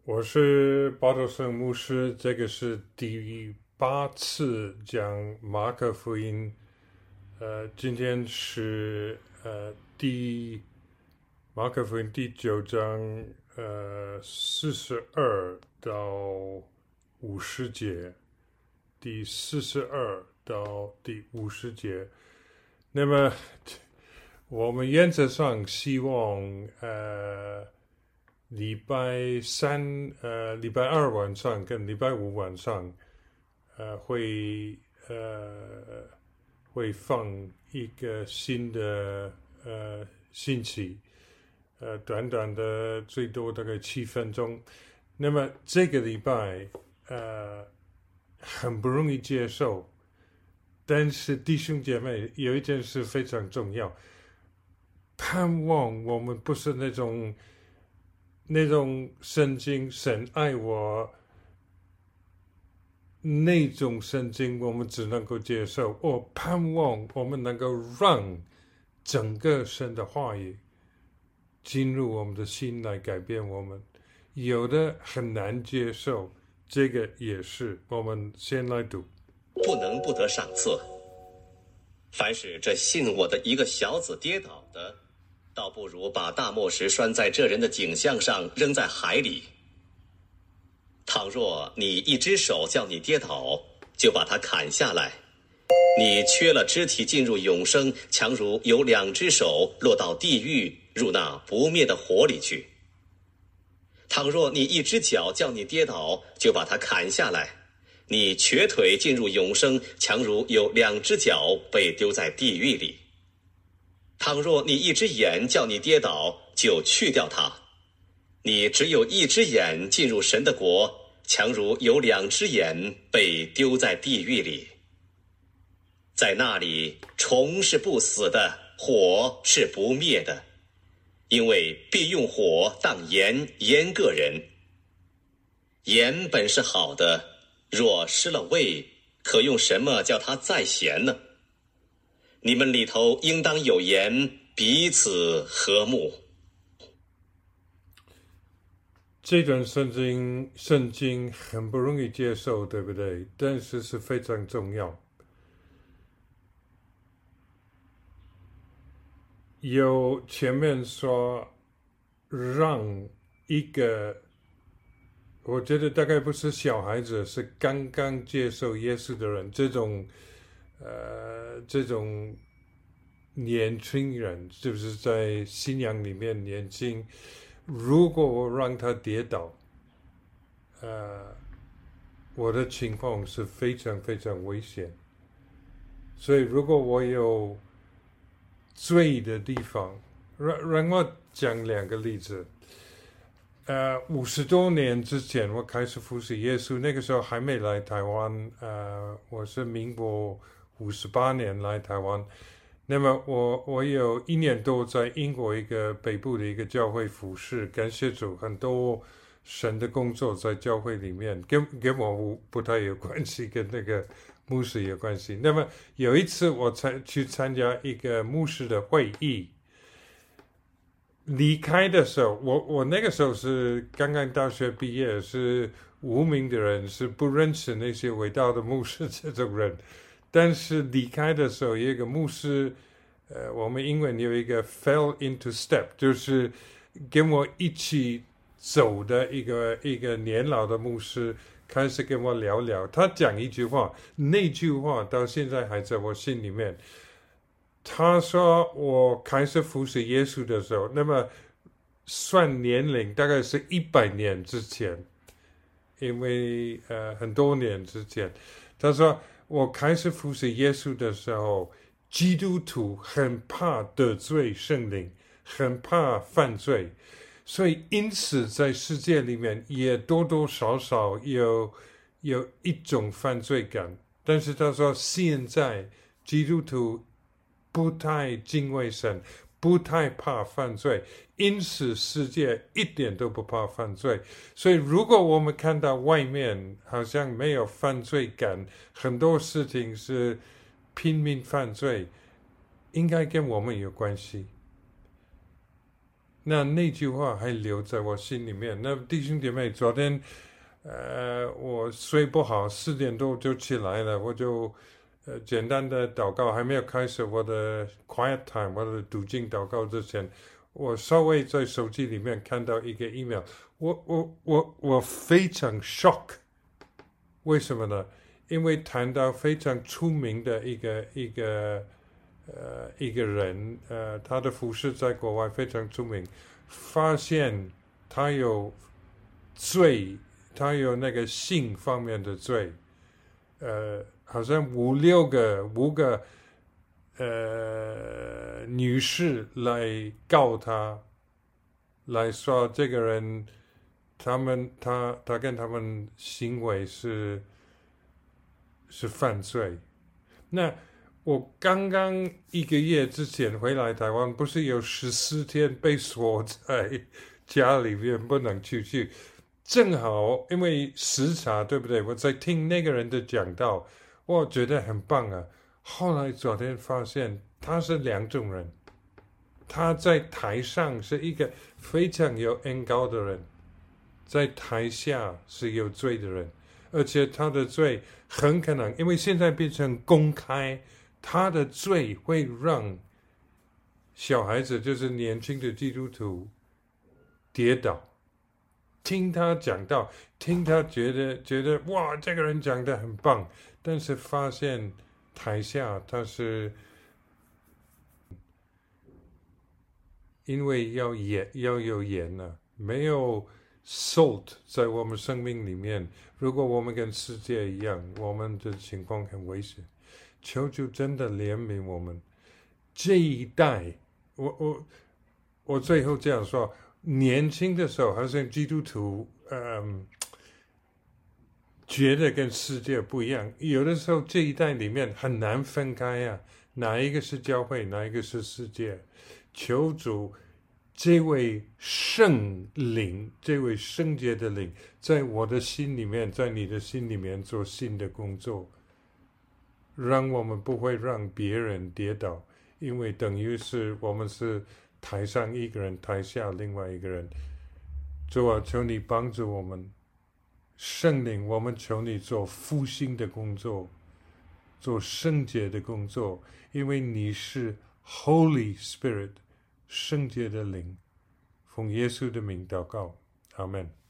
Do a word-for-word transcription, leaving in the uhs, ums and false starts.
我是巴德森牧师，这个是第八次讲马可福音。呃，今天是呃第马可福音第九章，呃四十二到五十节，第四十二到第五十节。那么我们原则上希望呃。礼拜三、呃，礼拜二晚上跟礼拜五晚上，呃，会呃会放一个新的呃星期，呃，短短的最多大概七分钟。那么这个礼拜呃很不容易接受，但是弟兄姐妹有一件事非常重要，盼望我们不是那种。那种圣经神爱我，那种圣经我们只能够接受。我盼望我们能够让整个神的话语进入我们的心来改变我们。有的很难接受，这个也是。我们先来读： 不能不得赏赐。凡是这信我的一个小子跌倒的，倒不如把大磨石拴在这人的颈项上，扔在海里。倘若你一只手叫你跌倒，就把它砍下来，你缺了肢体进入永生，强如有两只手落到地狱，入那不灭的火里去。倘若你一只脚叫你跌倒，就把它砍下来，你瘸腿进入永生，强如有两只脚被丢在地狱里。倘若你一只眼叫你跌倒，就去掉它，你只有一只眼进入神的国，强如有两只眼被丢在地狱里。在那里，虫是不死的，火是不灭的，因为必用火当盐腌个人。盐本是好的，若失了味，可用什么叫它再咸呢？你们里头应当有盐，彼此和睦。 这段圣经圣经很不容易接受，对不对？但是是非常重要。有前面说让一个，我觉得大概不是小孩子，是刚刚接受耶稣的人，这种呃这种年轻人，是不是在信仰里面年轻？如果我让他跌倒，呃，我的情况是非常非常危险。所以如果我有罪的地方，让让我讲两个例子。呃，五十多年之前，我开始服侍耶稣，那个时候还没来台湾。呃，我是民国五十八年来台湾。那么我我有一年多在英国一个北部的一个教会服侍，感谢主，很多神的工作在教会里面，跟跟我不太有关系，跟那个牧师有关系。那么有一次我参去参加一个牧师的会议，离开的时候，我我那个时候是刚刚大学毕业，是无名的人，是不认识那些伟大的牧师这种人。但是离开的时候，有一个牧师，呃，我们英文有一个 fell into step， 就是跟我一起走的一个一个年老的牧师，开始跟我聊聊。他讲一句话，那句话到现在还在我心里面。他说我开始服侍耶稣的时候，那么算年龄大概是一百年之前，因为呃很多年之前。他说我开始服侍耶稣的时候，基督徒很怕得罪圣灵，很怕犯罪，所以因此在世界里面也多多少少有有一种犯罪感。但是他说现在基督徒不太敬畏神，不太怕犯罪，因此世界一点都不怕犯罪。所以如果我们看到外面好像没有犯罪感，很多事情是拼命犯罪，应该跟我们有关系。 那那句话还留在我心里面。那弟兄姐妹，昨天呃我睡不好，四点多就起来了，我就呃简单的祷告，还没有开始我的 quiet time， 我的读经祷告之前，我稍微在手机里面看到一个 email， 我我我我非常 shock， 为什么呢？因为谈到非常出名的一个一个呃一个人，呃他的服饰在国外非常出名，发现他有罪，他有那个性方面的罪，呃好像五六个五个呃女士来告他，来说这个人他们他他跟他们行为是是犯罪。那我刚刚一个月之前回来台湾，不是有十四天被锁在家里面不能出去，正好因为时差，对不对？我在听那个人的讲道，我觉得很棒啊。后来昨天发现他是两种人，他在台上是一个非常有恩膏的人，在台下是有罪的人，而且他的罪很可能因为现在变成公开，他的罪会让小孩子，就是年轻的基督徒跌倒。听他讲道，听他觉得觉得哇，这个人讲得很棒，但是发现台下他是因为要盐要有盐呢、啊，没有 salt 在我们生命里面。如果我们跟世界一样，我们的情况很危险。求主真的怜悯我们这一代。我我我最后这样说，年轻的时候好像基督徒，嗯，觉得跟世界不一样。有的时候这一代里面很难分开啊，哪一个是教会，哪一个是世界。求主这位圣灵，这位圣洁的灵，在我的心里面，在你的心里面做新的工作，让我们不会让别人跌倒，因为等于是我们是台上一个人，台下另外一个人。主啊，求你帮助我们，圣灵，我们求你做复兴的工作，做圣洁的工作，因为你是 Holy Spirit， 圣洁的灵。奉耶稣的名祷告，阿们。